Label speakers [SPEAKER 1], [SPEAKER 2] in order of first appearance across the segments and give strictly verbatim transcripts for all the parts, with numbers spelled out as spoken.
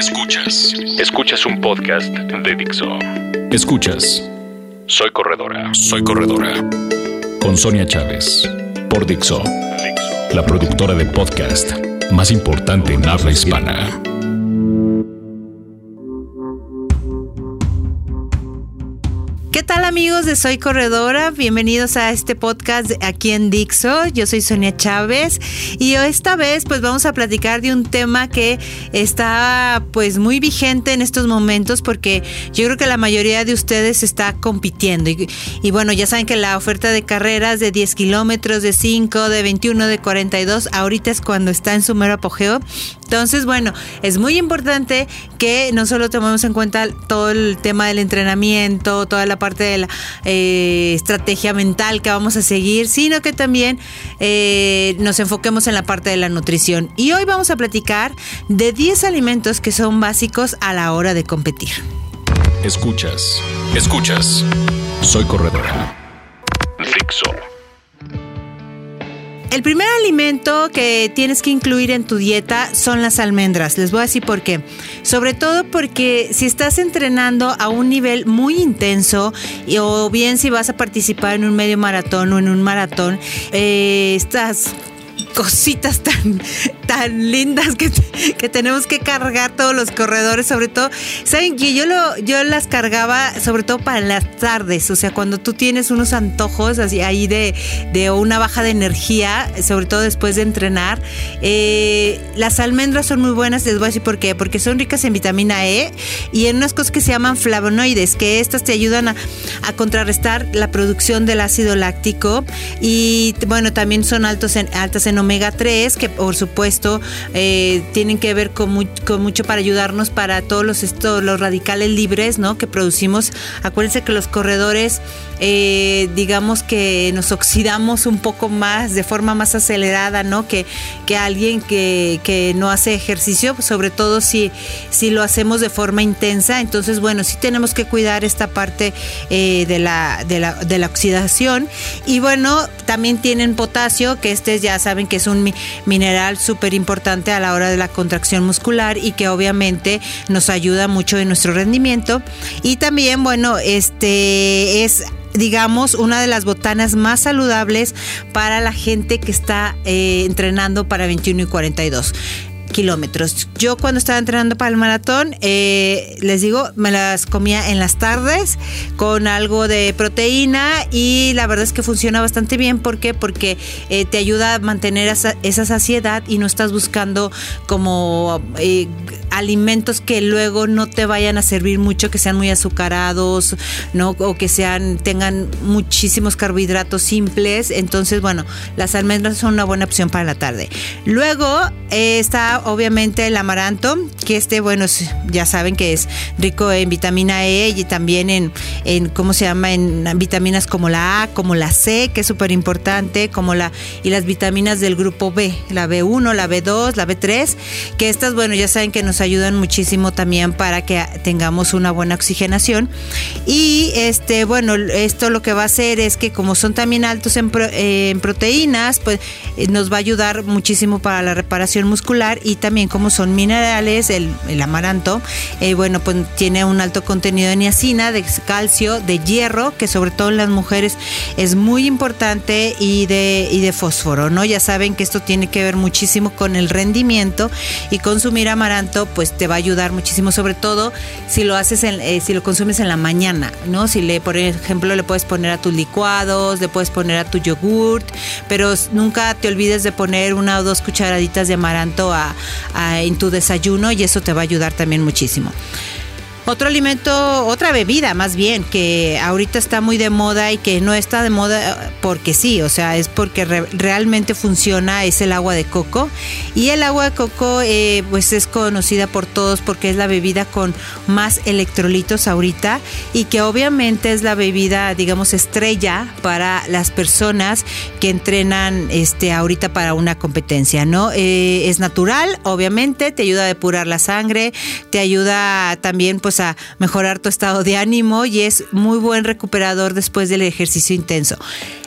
[SPEAKER 1] Escuchas. Escuchas un podcast de Dixo. Escuchas. Soy corredora. Soy corredora. Con Sonia Chávez. Por Dixo. La productora de podcast más importante en habla hispana.
[SPEAKER 2] ¿Qué tal, amigos de Soy Corredora? Bienvenidos a este podcast aquí en Dixo. Yo soy Sonia Chávez y esta vez pues vamos a platicar de un tema que está pues muy vigente en estos momentos, porque yo creo que la mayoría de ustedes está compitiendo y, y bueno, ya saben que la oferta de carreras de diez kilómetros, de cinco, de veintiuno, de cuarenta y dos, ahorita es cuando está en su mero apogeo. Entonces, bueno, es muy importante que no solo tomemos en cuenta todo el tema del entrenamiento, toda la parte de la eh, estrategia mental que vamos a seguir, sino que también eh, nos enfoquemos en la parte de la nutrición. Y hoy vamos a platicar de diez alimentos que son básicos a la hora de competir.
[SPEAKER 1] Escuchas. Escuchas. Soy corredora. Dixo.
[SPEAKER 2] El primer alimento que tienes que incluir en tu dieta son las almendras. Les voy a decir por qué. Sobre todo porque si estás entrenando a un nivel muy intenso, y, o bien si vas a participar en un medio maratón o en un maratón, eh, estas cositas tan, tan lindas que, que tenemos que cargar todos los corredores, sobre todo, saben que yo lo, yo las cargaba sobre todo para las tardes, o sea, cuando tú tienes unos antojos así ahí de, de una baja de energía, sobre todo después de entrenar. Eh, las almendras son muy buenas, les voy a decir por qué, porque son ricas en vitamina E y en unas cosas que se llaman flavonoides, que estas te ayudan a, a contrarrestar la producción del ácido láctico y bueno, también son altos en, altas en omega tres, que por supuesto eh, tienen que ver con, muy, con mucho para ayudarnos para todos los, estos, los radicales libres, ¿no?, que producimos. Acuérdense que los corredores eh, digamos que nos oxidamos un poco más, de forma más acelerada, ¿no?, que, que alguien que, que no hace ejercicio, sobre todo si, si lo hacemos de forma intensa. Entonces, bueno, sí tenemos que cuidar esta parte eh, de, la, de, la, de la oxidación. Y bueno, también tienen potasio, que este ya saben que es un mi- mineral súper importante a la hora de la contracción muscular y que obviamente nos ayuda mucho en nuestro rendimiento. Y también, bueno, este es, digamos, una de las botanas más saludables para la gente que está eh, entrenando para veintiuno y cuarenta y dos kilómetros. Yo cuando estaba entrenando para el maratón, eh, les digo, me las comía en las tardes con algo de proteína y la verdad es que funciona bastante bien. ¿Por qué? Porque eh, te ayuda a mantener esa, esa saciedad y no estás buscando como eh, alimentos que luego no te vayan a servir mucho, que sean muy azucarados, ¿no?, o que sean, tengan muchísimos carbohidratos simples. Entonces, bueno, las almendras son una buena opción para la tarde. Luego eh, está obviamente el amaranto, que este, bueno, ya saben que es rico en vitamina E y también en, en ¿cómo se llama?, en vitaminas como la A, como la C, que es súper importante, como la, y las vitaminas del grupo B, la B uno, la B dos, la B tres, que estas, bueno, ya saben que nos ayudan muchísimo también para que tengamos una buena oxigenación. Y este, bueno, esto lo que va a hacer es que como son también altos en, pro, eh, en proteínas, pues eh, nos va a ayudar muchísimo para la reparación muscular. Y también como son minerales, el, el amaranto, eh, bueno, pues tiene un alto contenido de niacina, de calcio, de hierro, que sobre todo en las mujeres es muy importante, y de, y de fósforo, ¿no? Ya saben que esto tiene que ver muchísimo con el rendimiento, y consumir amaranto pues te va a ayudar muchísimo, sobre todo si lo haces en, eh, si lo consumes en la mañana, ¿no? Si le, por ejemplo, le puedes poner a tus licuados, le puedes poner a tu yogurt, pero nunca te olvides de poner una o dos cucharaditas de amaranto a A, en tu desayuno, y eso te va a ayudar también muchísimo. Otro alimento, otra bebida más bien, que ahorita está muy de moda y que no está de moda porque sí, o sea, es porque re- realmente funciona, es el agua de coco. Y el agua de coco eh, pues es conocida por todos porque es la bebida con más electrolitos ahorita, y que obviamente es la bebida, digamos, estrella para las personas que entrenan este ahorita para una competencia, ¿no? Eh, es natural, obviamente, te ayuda a depurar la sangre, te ayuda también pues a mejorar tu estado de ánimo, y es muy buen recuperador después del ejercicio intenso.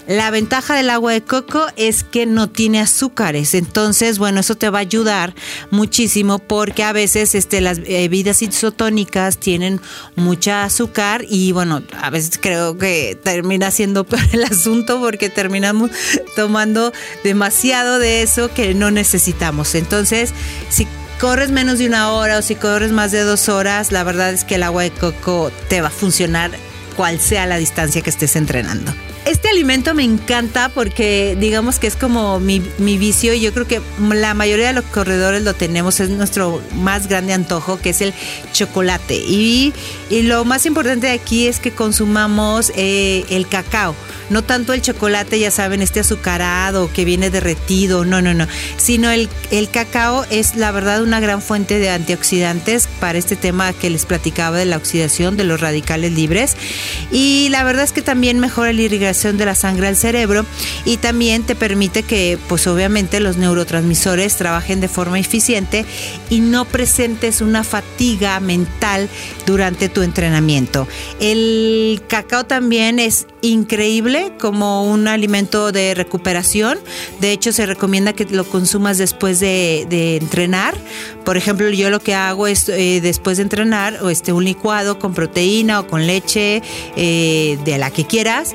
[SPEAKER 2] La ventaja del agua de coco es que no tiene azúcares, entonces, bueno, eso te va a ayudar muchísimo porque a veces este, las bebidas isotónicas tienen mucha azúcar y, bueno, a veces creo que termina siendo peor el asunto porque terminamos tomando demasiado de eso que no necesitamos. Entonces, si corres menos de una hora o si corres más de dos horas, la verdad es que el agua de coco te va a funcionar cual sea la distancia que estés entrenando. Este alimento me encanta porque digamos que es como mi, mi vicio y yo creo que la mayoría de los corredores lo tenemos, es nuestro más grande antojo, que es el chocolate. Y, y lo más importante de aquí es que consumamos eh, el cacao, no tanto el chocolate, ya saben, este azucarado que viene derretido, no, no, no, sino el, el cacao es la verdad una gran fuente de antioxidantes para este tema que les platicaba de la oxidación de los radicales libres y la verdad es que también mejora la irrigación de la sangre al cerebro y también te permite que pues obviamente los neurotransmisores trabajen de forma eficiente y no presentes una fatiga mental durante tu entrenamiento. El cacao también es increíble como un alimento de recuperación. De hecho, se recomienda que lo consumas después de, de entrenar. Por ejemplo, yo lo que hago es eh, después de entrenar o este, un licuado con proteína o con leche eh, de la que quieras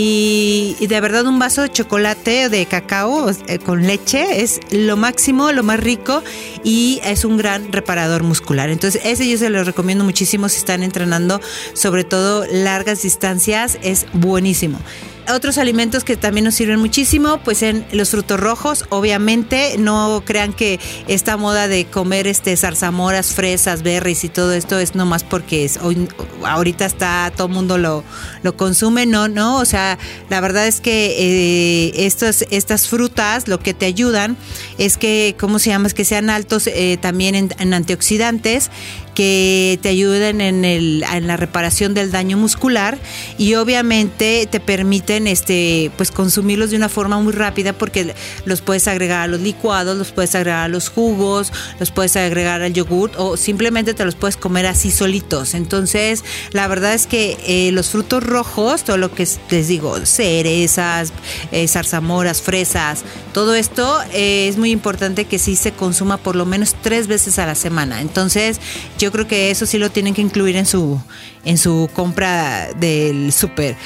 [SPEAKER 2] y, y de verdad un vaso de chocolate de cacao eh, con leche es lo máximo, lo más rico y es un gran reparador muscular. Entonces ese yo se lo recomiendo muchísimo si están entrenando, sobre todo largas distancias, es buenísimo. Otros alimentos que también nos sirven muchísimo, pues en los frutos rojos, obviamente, no crean que esta moda de comer este zarzamoras, fresas, berries y todo esto es nomás porque es, hoy, ahorita está, todo el mundo lo, lo consume, no, no, o sea, la verdad es que eh, estos, estas frutas lo que te ayudan es que, ¿cómo se llama? Es que sean altos eh, también en, en antioxidantes, que te ayuden en, el, en la reparación del daño muscular y obviamente te permiten este, pues consumirlos de una forma muy rápida porque los puedes agregar a los licuados, los puedes agregar a los jugos, los puedes agregar al yogurt o simplemente te los puedes comer así solitos. Entonces, la verdad es que eh, los frutos rojos, todo lo que es, les digo, cerezas, eh, zarzamoras, fresas, todo esto eh, es muy importante que sí se consuma por lo menos tres veces a la semana. Entonces, yo Yo creo que eso sí lo tienen que incluir en su, en su compra del súper.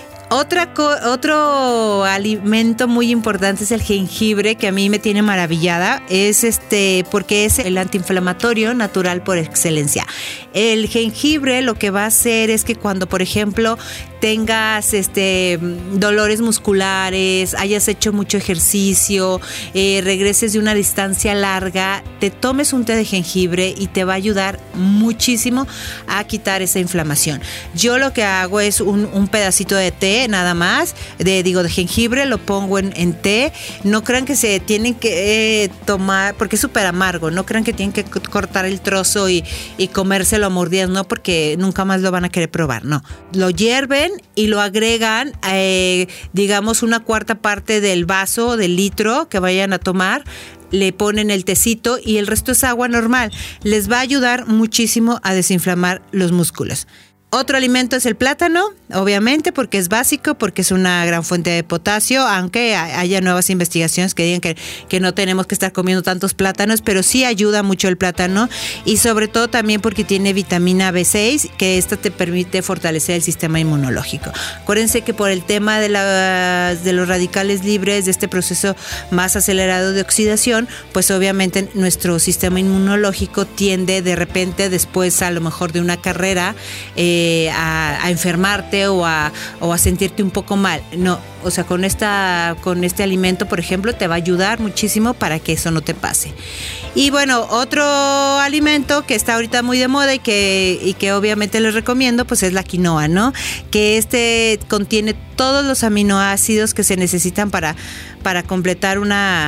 [SPEAKER 2] Otra co- otro alimento muy importante es el jengibre, que a mí me tiene maravillada, es este porque es el antiinflamatorio natural por excelencia. El jengibre lo que va a hacer es que cuando, por ejemplo, tengas este dolores musculares, hayas hecho mucho ejercicio, eh, regreses de una distancia larga, te tomes un té de jengibre y te va a ayudar muchísimo a quitar esa inflamación. Yo lo que hago es un, un pedacito de té nada más, de, digo de jengibre, lo pongo en, en té. No crean que se tienen que eh, tomar, porque es súper amargo, no crean que tienen que cortar el trozo y, y comérselo a mordidas, no, porque nunca más lo van a querer probar, no. Lo hierven y lo agregan, eh, digamos, una cuarta parte del vaso, del litro que vayan a tomar, le ponen el tecito y el resto es agua normal. Les va a ayudar muchísimo a desinflamar los músculos. Otro alimento es el plátano, obviamente, porque es básico, porque es una gran fuente de potasio, aunque haya nuevas investigaciones que digan que, que no tenemos que estar comiendo tantos plátanos, pero sí ayuda mucho el plátano y sobre todo también porque tiene vitamina B seis, que esta te permite fortalecer el sistema inmunológico. Acuérdense que por el tema de, la, de los radicales libres, de este proceso más acelerado de oxidación, pues obviamente nuestro sistema inmunológico tiende de repente, después a lo mejor de una carrera, eh, A, a enfermarte o a, o a sentirte un poco mal. No, o sea, con esta, con este alimento, por ejemplo, te va a ayudar muchísimo para que eso no te pase. Y bueno, otro alimento que está ahorita muy de moda y que, y que obviamente les recomiendo, pues es la quinoa, ¿no? Que este contiene todos los aminoácidos que se necesitan para, para completar una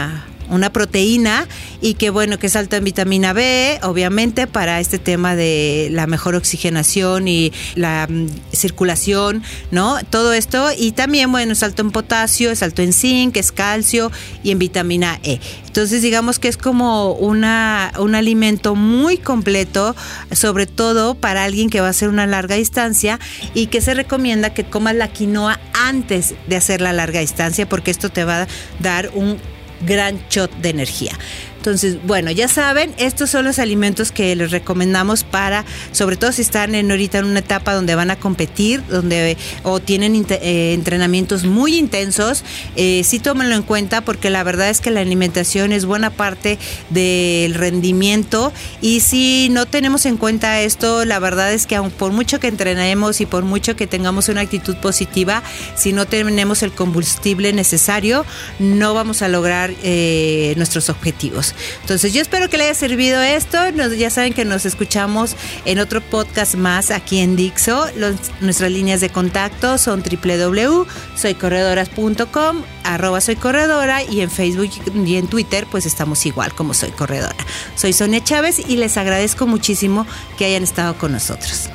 [SPEAKER 2] una proteína y que bueno, que es alto en vitamina B, obviamente para este tema de la mejor oxigenación y la um, circulación, ¿no? Todo esto, y también bueno, es alto en potasio, es alto en zinc, es calcio y en vitamina E. Entonces digamos que es como una, un alimento muy completo, sobre todo para alguien que va a hacer una larga distancia, y que se recomienda que comas la quinoa antes de hacer la larga distancia, porque esto te va a dar un gran shot de energía. Entonces, bueno, ya saben, estos son los alimentos que les recomendamos para, sobre todo si están en ahorita en una etapa donde van a competir, donde o tienen int- eh, entrenamientos muy intensos, eh, sí tómenlo en cuenta, porque la verdad es que la alimentación es buena parte del rendimiento, y si no tenemos en cuenta esto, la verdad es que aun por mucho que entrenemos y por mucho que tengamos una actitud positiva, si no tenemos el combustible necesario, no vamos a lograr eh, nuestros objetivos. Entonces yo espero que les haya servido esto. Nos, ya saben que nos escuchamos en otro podcast más aquí en Dixo. Los, nuestras líneas de contacto son doble u doble u doble u punto soy corredoras punto com, arroba soy corredora, y en Facebook y en Twitter pues estamos igual como Soy Corredora. Soy Sonia Chávez y les agradezco muchísimo que hayan estado con nosotros.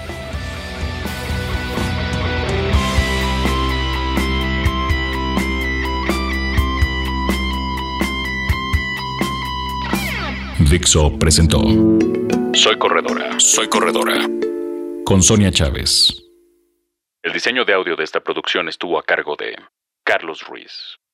[SPEAKER 1] Dixo presentó Soy Corredora, Soy Corredora con Sonia Chávez. El diseño de audio de esta producción estuvo a cargo de Carlos Ruiz.